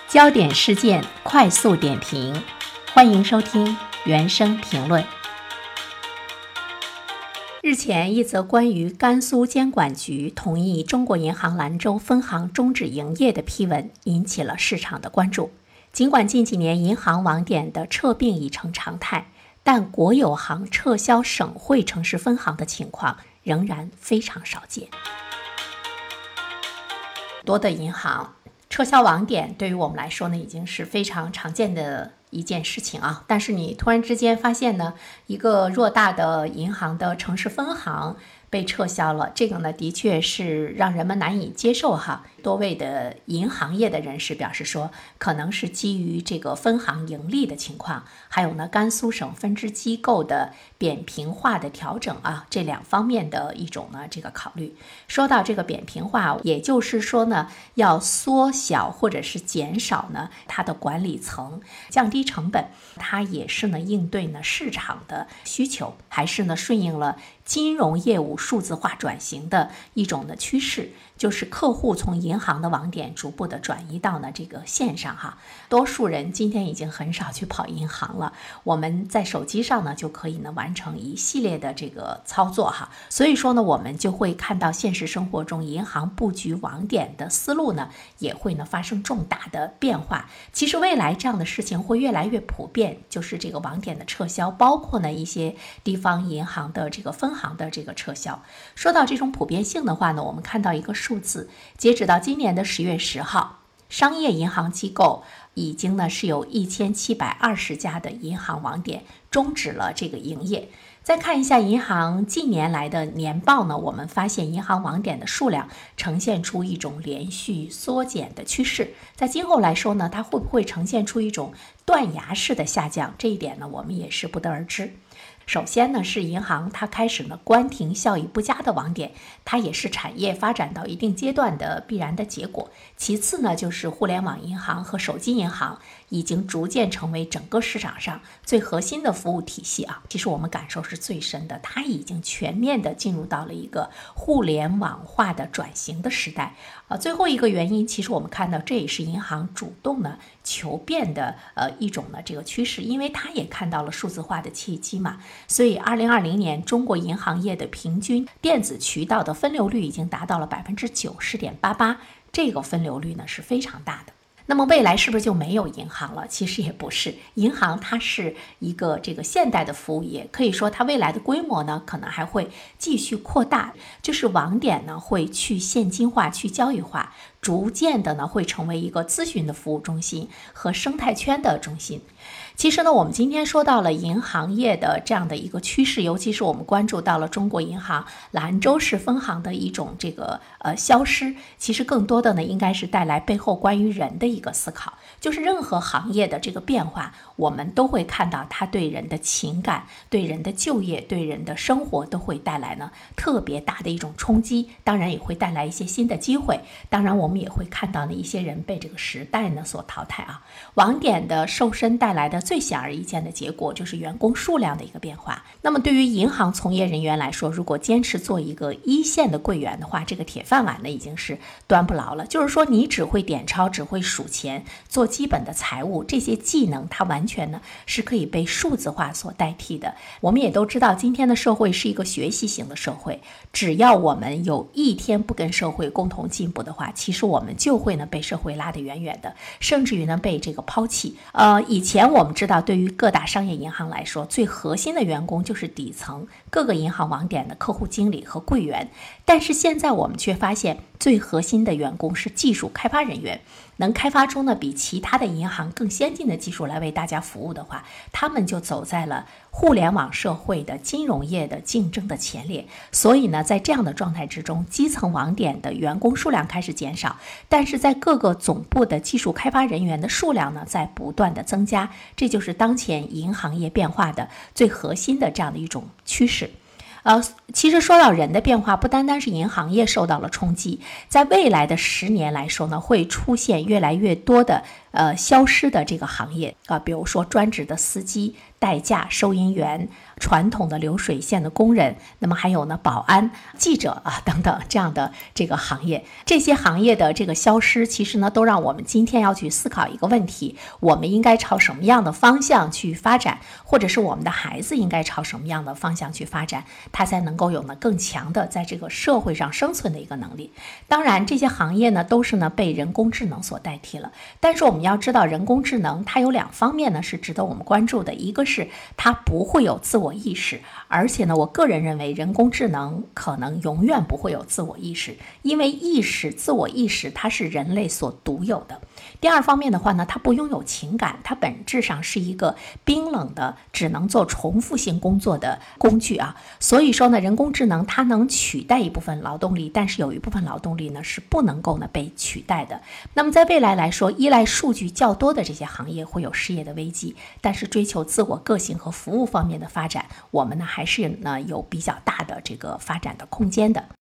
焦点事件快速点评，欢迎收听原声评论。日前，一则关于甘肃监管局同意中国银行兰州分行终止营业的批文引起了市场的关注。尽管近几年银行网点的撤并已成常态，但国有行撤销省会城市分行的情况仍然非常少见。多的银行撤销网点对于我们来说呢，已经是非常常见的一件事情啊。但是你突然之间发现呢，一个偌大的银行的城市分行被撤销了，这个呢的确是让人们难以接受哈。多位的银行业的人士表示说，可能是基于这个分行盈利的情况，还有呢甘肃省分支机构的扁平化的调整啊，这两方面的一种呢这个考虑。说到这个扁平化，也就是说呢要缩小或者是减少呢它的管理层，降低成本，它也是呢应对呢市场的需求，还是呢顺应了金融业务数字化转型的一种的趋势，就是客户从银行的网点逐步的转移到呢这个线上哈。多数人今天已经很少去跑银行了，我们在手机上呢就可以呢完成一系列的这个操作哈。所以说呢，我们就会看到现实生活中银行布局网点的思路呢也会呢发生重大的变化。其实未来这样的事情会越来越普遍，就是这个网点的撤销，包括呢一些地方银行的这个分行的这个撤销。说到这种普遍性的话呢，我们看到一个数字，截止到今年的10月10号，商业银行机构已经呢是有1720家的银行网点终止了这个营业。再看一下银行近年来的年报呢，我们发现银行网点的数量呈现出一种连续缩减的趋势。在今后来说呢，它会不会呈现出一种断崖式的下降，这一点呢我们也是不得而知。首先呢，是银行它开始呢关停效益不佳的网点，它也是产业发展到一定阶段的必然的结果。其次呢，就是互联网银行和手机银行已经逐渐成为整个市场上最核心的服务体系啊。其实我们感受是最深的，它已经全面的进入到了一个互联网化的转型的时代。最后一个原因，其实我们看到这也是银行主动呢求变的一种呢这个趋势，因为它也看到了数字化的契机嘛。所以2020年中国银行业的平均电子渠道的分流率已经达到了90.88%，这个分流率呢是非常大的。那么未来是不是就没有银行了？其实也不是，银行它是一个这个现代的服务业，可以说它未来的规模呢可能还会继续扩大，就是网点呢会去现金化、去交易化，逐渐的呢会成为一个咨询的服务中心和生态圈的中心。其实呢，我们今天说到了银行业的这样的一个趋势，尤其是我们关注到了中国银行兰州市分行的一种这个消失，其实更多的呢应该是带来背后关于人的一个思考。就是任何行业的这个变化，我们都会看到它对人的情感、对人的就业、对人的生活都会带来呢特别大的一种冲击，当然也会带来一些新的机会。当然我们也会看到呢一些人被这个时代呢所淘汰啊。网点的瘦身带来的最显而易见的结果就是员工数量的一个变化。那么对于银行从业人员来说，如果坚持做一个一线的柜员的话，这个铁饭碗呢已经是端不牢了。就是说你只会点钞，只会数钱，做基本的财务，这些技能它完全呢是可以被数字化所代替的。我们也都知道今天的社会是一个学习型的社会，只要我们有一天不跟社会共同进步的话，其实我们就会呢被社会拉得远远的，甚至于呢被这个抛弃。以前我们知道对于各大商业银行来说，最核心的员工就是底层各个银行网点的客户经理和柜员，但是现在我们却发现最核心的员工是技术开发人员，能开发出呢比其他的银行更先进的技术来为大家服务的话，他们就走在了互联网社会的金融业的竞争的前列。所以呢，在这样的状态之中，基层网点的员工数量开始减少，但是在各个总部的技术开发人员的数量呢在不断的增加，这就是当前银行业变化的最核心的这样的一种趋势。其实说到人的变化，不单单是银行业受到了冲击，在未来的10年来说呢，会出现越来越多的消失的这个行业比如说专职的司机、代驾、收银员、传统的流水线的工人，那么还有呢保安、记者等等这样的这个行业。这些行业的这个消失，其实呢都让我们今天要去思考一个问题：我们应该朝什么样的方向去发展，或者是我们的孩子应该朝什么样的方向去发展，他才能够有呢更强的在这个社会上生存的一个能力。当然这些行业呢都是呢被人工智能所代替了，但是我们要知道人工智能它有两方面呢是值得我们关注的，一个是它不会有自我意识，而且呢我个人认为人工智能可能永远不会有自我意识，因为自我意识它是人类所独有的。第二方面的话呢，它不拥有情感，它本质上是一个冰冷的只能做重复性工作的工具所以说呢人工智能它能取代一部分劳动力，但是有一部分劳动力呢是不能够呢被取代的。那么在未来来说，依赖数据较多的这些行业会有失业的危机，但是追求自我个性和服务方面的发展，我们呢还是呢有比较大的这个发展的空间的。